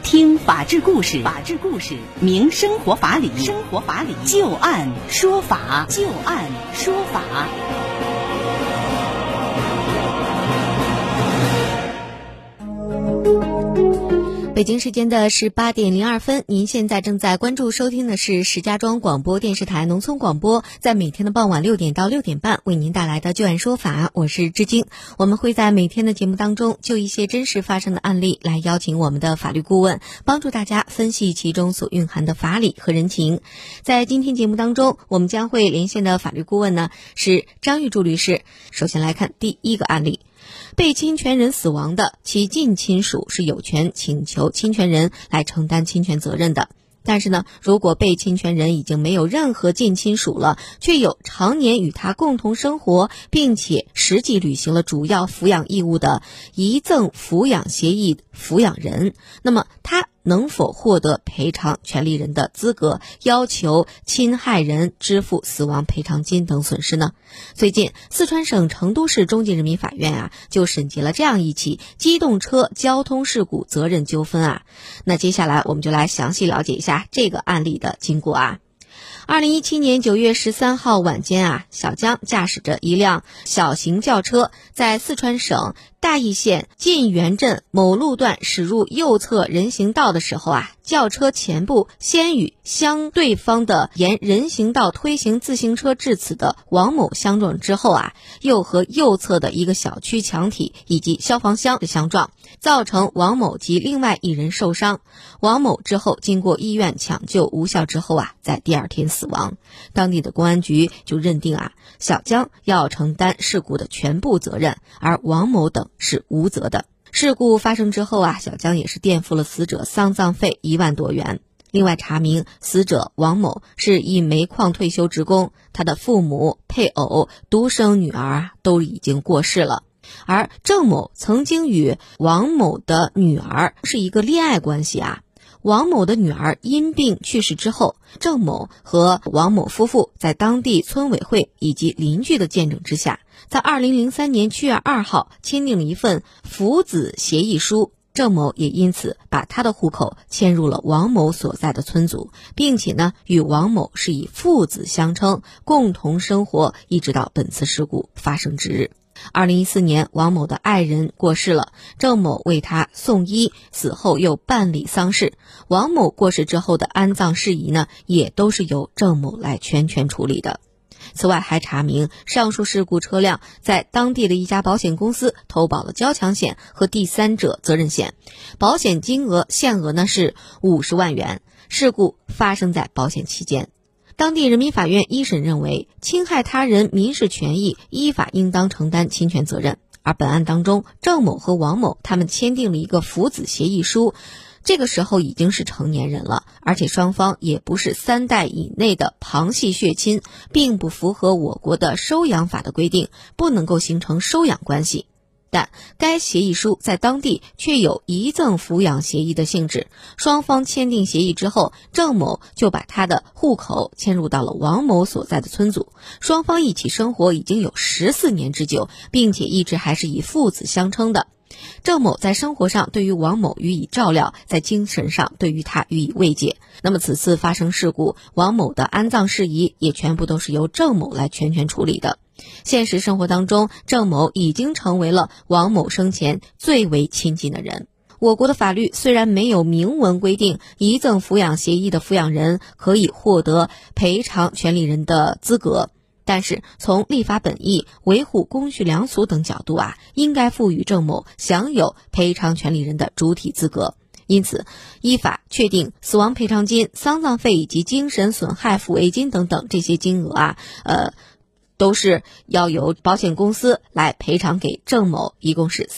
听法治故事，明生活法理，就案说法， 北京时间的是8点02分，您现在正在关注收听的是石家庄广播电视台农村广播，在每天的傍晚6点到6点半为您带来的就案说法，我是知晶。我们会在每天的节目当中就一些真实发生的案例来邀请我们的法律顾问，帮助大家分析其中所蕴含的法理和人情。在今天节目当中，我们将会连线的法律顾问呢是张玉柱律师。首先来看第一个案例。被侵权人死亡的，其近亲属是有权请求侵权人来承担侵权责任的。但是呢，如果被侵权人已经没有任何近亲属了，却有常年与他共同生活，并且实际履行了主要抚养义务的遗赠抚养协议抚养人，那么他能否获得赔偿权利人的资格，要求侵害人支付死亡赔偿金等损失呢？最近，四川省成都市中级人民法院就审结了这样一起机动车交通事故责任纠纷那接下来我们就来详细了解一下这个案例的经过2017年9月13号晚间小江驾驶着一辆小型轿车，在四川省大邑县晋源镇某路段驶入右侧人行道的时候轿车前部先与相对方的沿人行道推行自行车至此的王某相撞之后又和右侧的一个小区墙体以及消防箱的相撞，造成王某及另外一人受伤。王某之后经过医院抢救无效之后在第二天死亡。当地的公安局就认定小江要承担事故的全部责任，而王某等是无责的。事故发生之后小江也是垫付了死者丧葬费1万多元。另外查明，死者王某是一煤矿退休职工，他的父母、配偶、独生女儿都已经过世了。而郑某曾经与王某的女儿是一个恋爱关系王某的女儿因病去世之后，郑某和王某夫妇在当地村委会以及邻居的见证之下，在2003年7月2号签订了一份父子协议书。郑某也因此把他的户口迁入了王某所在的村组，并且呢与王某是以父子相称，共同生活，一直到本次事故发生之日。2014年，王某的爱人过世了，郑某为他送医，死后又办理丧事。王某过世之后的安葬事宜呢，也都是由郑某来全权处理的。此外还查明，上述事故车辆在当地的一家保险公司投保了交强险和第三者责任险，保险金额限额呢是50万元。事故发生在保险期间。当地人民法院一审认为，侵害他人民事权益依法应当承担侵权责任。而本案当中，郑某和王某他们签订了一个父子协议书，这个时候已经是成年人了，而且双方也不是3代以内的旁系血亲，并不符合我国的收养法的规定，不能够形成收养关系。但该协议书在当地却有遗赠抚养协议的性质，双方签订协议之后，郑某就把他的户口迁入到了王某所在的村组，双方一起生活已经有14年之久，并且一直还是以父子相称的。郑某在生活上对于王某予以照料，在精神上对于他予以慰藉。那么此次发生事故，王某的安葬事宜也全部都是由郑某来全权处理的。现实生活当中，郑某已经成为了王某生前最为亲近的人。我国的法律虽然没有明文规定遗赠抚养协议的抚养人可以获得赔偿权利人的资格，但是从立法本意、维护公序良俗等角度应该赋予郑某享有赔偿权利人的主体资格。因此，依法确定死亡赔偿金、丧葬费以及精神损害抚慰金等等这些金额都是要由保险公司来赔偿给郑某，一共是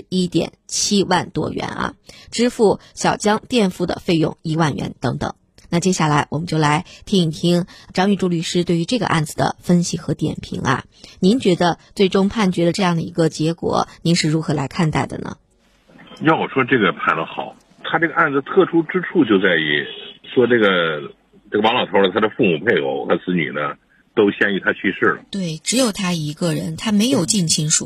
31.7万多元支付小江垫付的费用1万元等等。那接下来我们就来听一听张玉柱律师对于这个案子的分析和点评您觉得最终判决的这样的一个结果，您是如何来看待的呢？ 要我说，这个判得好。他这个案子特殊之处就在于说，这个王老头他的父母、配偶和子女呢，都先于他去世了。 对，只有他一个人，他没有近亲属了。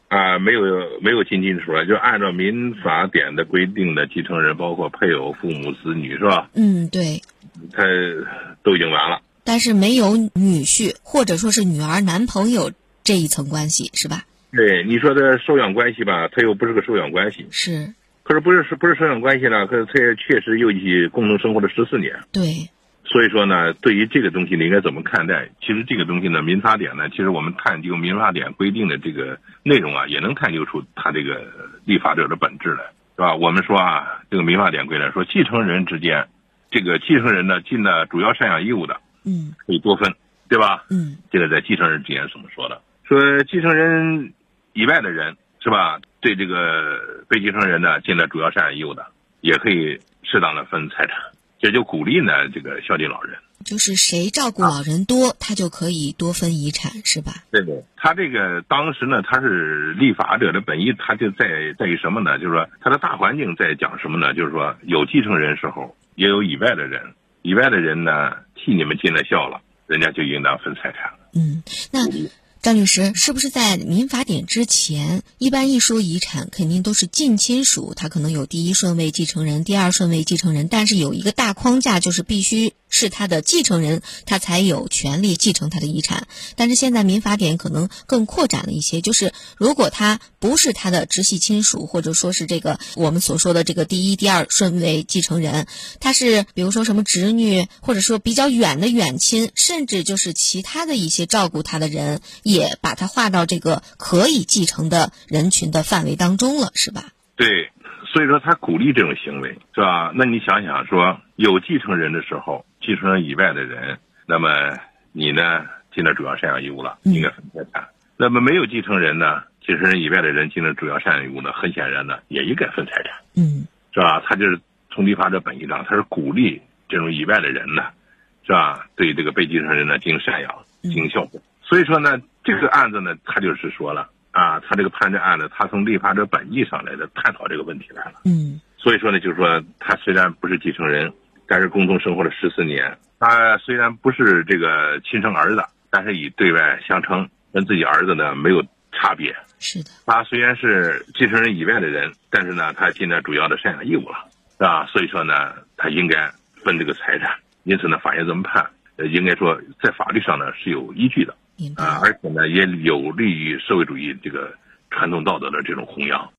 没有近亲属了，就按照民法典的规定的继承人，包括配偶、父母、子女，是吧？ 对， 他都已经完了。 但是没有女婿或者说是女儿男朋友这一层关系，是吧？ 对，你说的收养关系吧，他又不是个收养关系。 是。 可是不是收养关系呢？可是他也确实又一起共同生活了14年。 对。 所以说呢，对于这个东西你应该怎么看待？其实这个东西呢，民法典呢，其实我们探究民法典规定的这个内容啊，也能探究出它这个立法者的本质来，是吧？我们说啊，这个民法典规定说，继承人之间，这个继承人呢尽了主要赡养义务的，可以多分，对吧？这个在继承人之间是怎么说的？说继承人以外的人，是吧？对这个被继承人呢尽了主要赡养义务的，也可以适当的分财产。这就鼓励呢这个孝敬老人， 就是谁照顾老人多，他就可以多分遗产，是吧？ 对的。他这个当时呢，他是立法者的本意，他就在于什么呢？就是说他的大环境在讲什么呢？就是说有继承人时候，也有以外的人，以外的人呢替你们尽了孝了，人家就应当分财产了。 那张律师，是不是在民法典之前，一般一说遗产肯定都是近亲属，他可能有第一顺位继承人、第二顺位继承人，但是有一个大框架，就是必须是他的继承人，他才有权利继承他的遗产。但是现在民法典可能更扩展了一些，就是如果他不是他的直系亲属，或者说是这个我们所说的这个第一、第二顺位继承人，他是比如说什么侄女，或者说比较远的远亲，甚至就是其他的一些照顾他的人，也把他划到这个可以继承的人群的范围当中了，是吧？ 对，所以说他鼓励这种行为，是吧？那你想想说，有继承人的时候，继承人以外的人，那么你呢尽了主要赡养义务了，应该分财产。那么没有继承人呢，继承人以外的人尽了主要赡养义务呢，很显然呢也应该分财产，是吧？他就是从立法者本意上，他是鼓励这种以外的人呢，是吧？对这个被继承人呢进行赡养，进行孝顺。所以说呢，这个案子呢，他就是说了啊，他这个判这案子，他从立法者本意上来的探讨这个问题来了。所以说呢，就是说他虽然不是继承人，但是共同生活了14年。他虽然不是这个亲生儿子，但是以对外相称，跟自己儿子呢没有差别。 是的。 他虽然是继承人以外的人，但是呢，他尽了主要的赡养义务了，是吧？所以说呢，他应该分这个财产。因此呢，法院这么判，应该说在法律上呢是有依据的。而且呢，也有利于社会主义这个传统道德的这种弘扬。